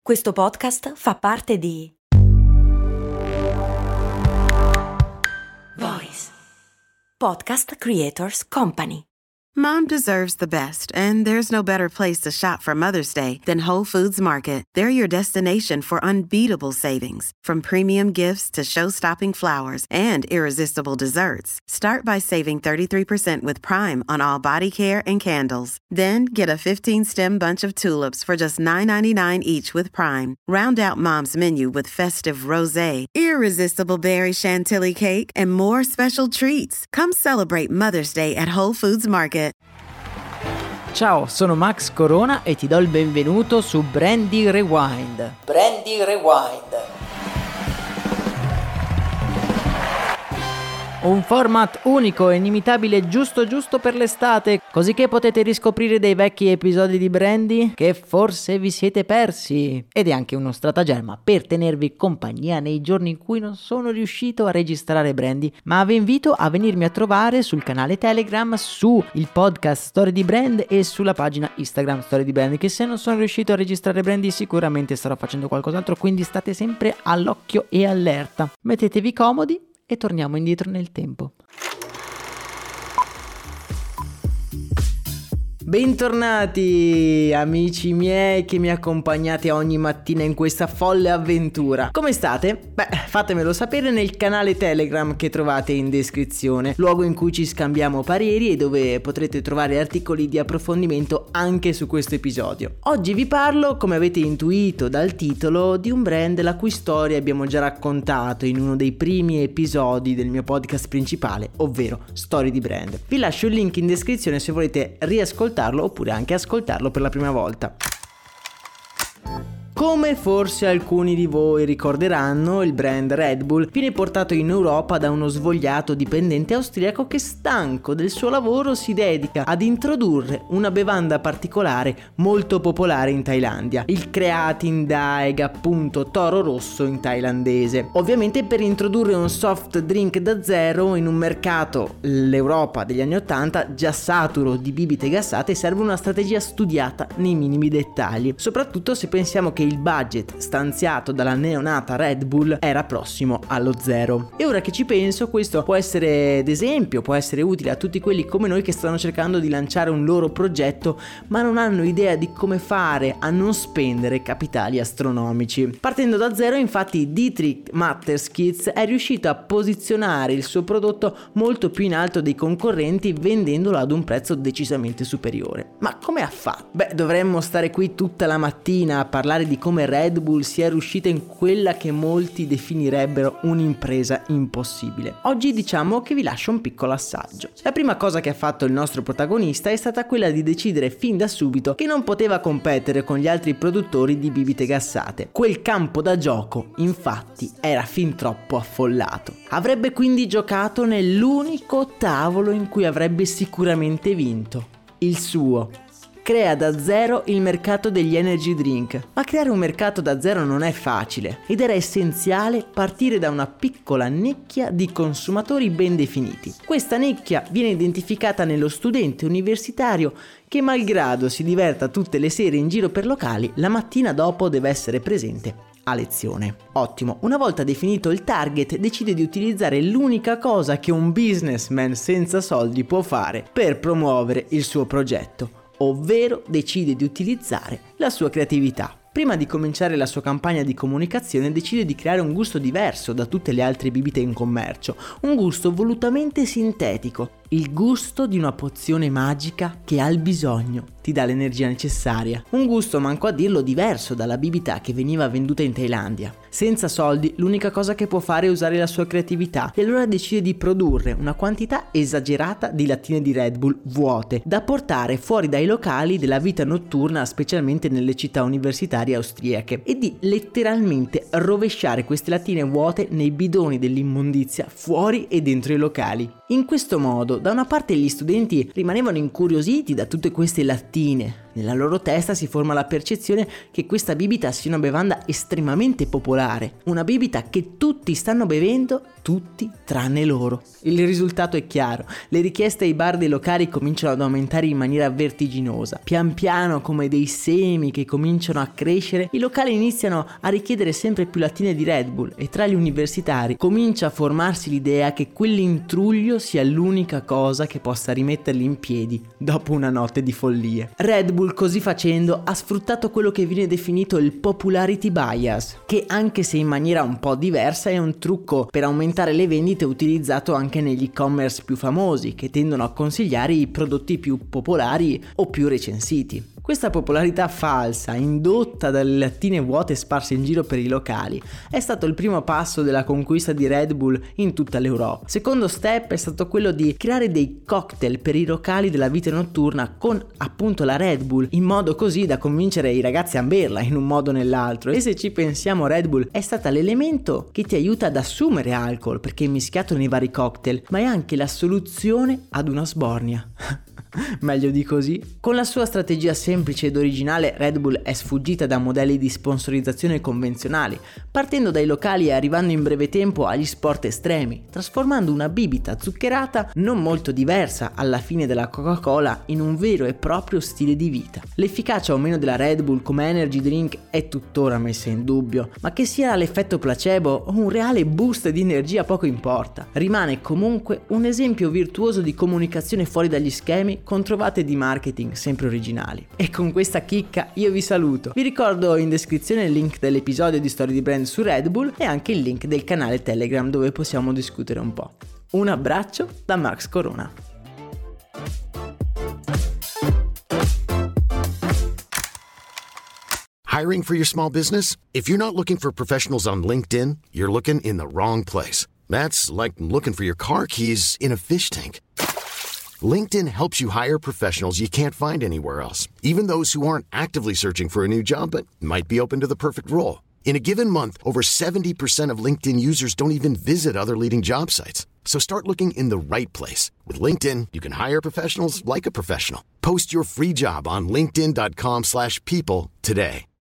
Questo podcast fa parte di Voice Podcast Creators Company. Mom deserves the best, and there's no better place to shop for Mother's Day than Whole Foods Market. They're your destination for unbeatable savings, from premium gifts to show-stopping flowers and irresistible desserts. Start by saving 33% with Prime on all body care and candles. Then get a 15-stem bunch of tulips for just $9.99 each with Prime. Round out Mom's menu with festive rosé, irresistible berry chantilly cake, and more special treats. Come celebrate Mother's Day at Whole Foods Market. Ciao, sono Max Corona e ti do il benvenuto su Brandy Rewind. Brandy Rewind. Un format unico e inimitabile giusto per l'estate, così che potete riscoprire dei vecchi episodi di Brandy che forse vi siete persi. Ed è anche uno stratagemma per tenervi compagnia nei giorni in cui non sono riuscito a registrare Brandy, ma vi invito a venirmi a trovare sul canale Telegram, su il podcast Storie di Brand e sulla pagina Instagram Storie di Brand, che se non sono riuscito a registrare Brandy sicuramente starò facendo qualcos'altro, quindi state sempre all'occhio e allerta. Mettetevi comodi e torniamo indietro nel tempo. Bentornati amici miei che mi accompagnate ogni mattina in questa folle avventura. Come state? Beh, fatemelo sapere nel canale Telegram che trovate in descrizione, luogo in cui ci scambiamo pareri e dove potrete trovare articoli di approfondimento anche su questo episodio. Oggi vi parlo, come avete intuito dal titolo, di un brand la cui storia abbiamo già raccontato in uno dei primi episodi del mio podcast principale, ovvero Storie di Brand. Vi lascio il link in descrizione se volete riascoltarlo oppure anche ascoltarlo per la prima volta. Come forse alcuni di voi ricorderanno, il brand Red Bull viene portato in Europa da uno svogliato dipendente austriaco che, stanco del suo lavoro, si dedica ad introdurre una bevanda particolare molto popolare in Thailandia, il Creatin Daeg, appunto toro rosso in thailandese. Ovviamente per introdurre un soft drink da zero in un mercato, l'Europa degli anni 80, già saturo di bibite gassate, serve una strategia studiata nei minimi dettagli, soprattutto se pensiamo che il budget stanziato dalla neonata Red Bull era prossimo allo zero. E ora che ci penso, questo può essere d'esempio, può essere utile a tutti quelli come noi che stanno cercando di lanciare un loro progetto ma non hanno idea di come fare a non spendere capitali astronomici. Partendo da zero, infatti, Dietrich Mateschitz è riuscito a posizionare il suo prodotto molto più in alto dei concorrenti, vendendolo ad un prezzo decisamente superiore. Ma come ha fatto? Beh, dovremmo stare qui tutta la mattina a parlare di come Red Bull sia riuscita in quella che molti definirebbero un'impresa impossibile. Oggi diciamo che vi lascio un piccolo assaggio. La prima cosa che ha fatto il nostro protagonista è stata quella di decidere fin da subito che non poteva competere con gli altri produttori di bibite gassate. Quel campo da gioco, infatti, era fin troppo affollato. Avrebbe quindi giocato nell'unico tavolo in cui avrebbe sicuramente vinto, il suo. Crea da zero il mercato degli energy drink. Ma creare un mercato da zero non è facile ed era essenziale partire da una piccola nicchia di consumatori ben definiti. Questa nicchia viene identificata nello studente universitario che, malgrado si diverta tutte le sere in giro per locali, la mattina dopo deve essere presente a lezione. Ottimo, una volta definito il target, decide di utilizzare l'unica cosa che un businessman senza soldi può fare per promuovere il suo progetto, ovvero decide di utilizzare la sua creatività. Prima di cominciare la sua campagna di comunicazione decide di creare un gusto diverso da tutte le altre bibite in commercio, un gusto volutamente sintetico, il gusto di una pozione magica che al bisogno ti dà l'energia necessaria. Un gusto, manco a dirlo, diverso dalla bibita che veniva venduta in Thailandia. Senza soldi, l'unica cosa che può fare è usare la sua creatività e allora decide di produrre una quantità esagerata di lattine di Red Bull vuote da portare fuori dai locali della vita notturna, specialmente nelle città universitarie austriache, e di letteralmente rovesciare queste lattine vuote nei bidoni dell'immondizia fuori e dentro i locali. In questo modo, da una parte gli studenti rimanevano incuriositi da tutte queste lattine Nella loro testa si forma la percezione che questa bibita sia una bevanda estremamente popolare, una bibita che tutti stanno bevendo, tutti tranne loro. Il risultato è chiaro, le richieste ai bar dei locali cominciano ad aumentare in maniera vertiginosa. Pian piano, come dei semi che cominciano a crescere, i locali iniziano a richiedere sempre più lattine di Red Bull e tra gli universitari comincia a formarsi l'idea che quell'intruglio sia l'unica cosa che possa rimetterli in piedi dopo una notte di follie. Red Bull così facendo ha sfruttato quello che viene definito il popularity bias, che anche se in maniera un po' diversa è un trucco per aumentare le vendite utilizzato anche negli e-commerce più famosi, che tendono a consigliare i prodotti più popolari o più recensiti. Questa popolarità falsa, indotta dalle lattine vuote sparse in giro per i locali, è stato il primo passo della conquista di Red Bull in tutta l'Europa. Secondo step è stato quello di creare dei cocktail per i locali della vita notturna con appunto la Red Bull, in modo così da convincere i ragazzi a berla in un modo o nell'altro. E se ci pensiamo, Red Bull è stata l'elemento che ti aiuta ad assumere alcol perché è mischiato nei vari cocktail, ma è anche la soluzione ad una sbornia. Meglio di così? Con la sua strategia semplice ed originale, Red Bull è sfuggita da modelli di sponsorizzazione convenzionali, partendo dai locali e arrivando in breve tempo agli sport estremi, trasformando una bibita zuccherata non molto diversa alla fine della Coca-Cola in un vero e proprio stile di vita. L'efficacia o meno della Red Bull come energy drink è tuttora messa in dubbio, ma che sia l'effetto placebo o un reale boost di energia poco importa. Rimane comunque un esempio virtuoso di comunicazione fuori dagli schemi con trovate di marketing sempre originali. E con questa chicca io vi saluto. Vi ricordo in descrizione il link dell'episodio di Storie di Brand su Red Bull e anche il link del canale Telegram dove possiamo discutere un po'. Un abbraccio da Max Corona. Hiring for your small business? If you're not looking for professionals on LinkedIn, you're looking in the wrong place. That's like looking for your car keys in a fish tank. LinkedIn helps you hire professionals you can't find anywhere else, even those who aren't actively searching for a new job but might be open to the perfect role. In a given month, over 70% of LinkedIn users don't even visit other leading job sites. So start looking in the right place. With LinkedIn, you can hire professionals like a professional. Post your free job on linkedin.com/people today.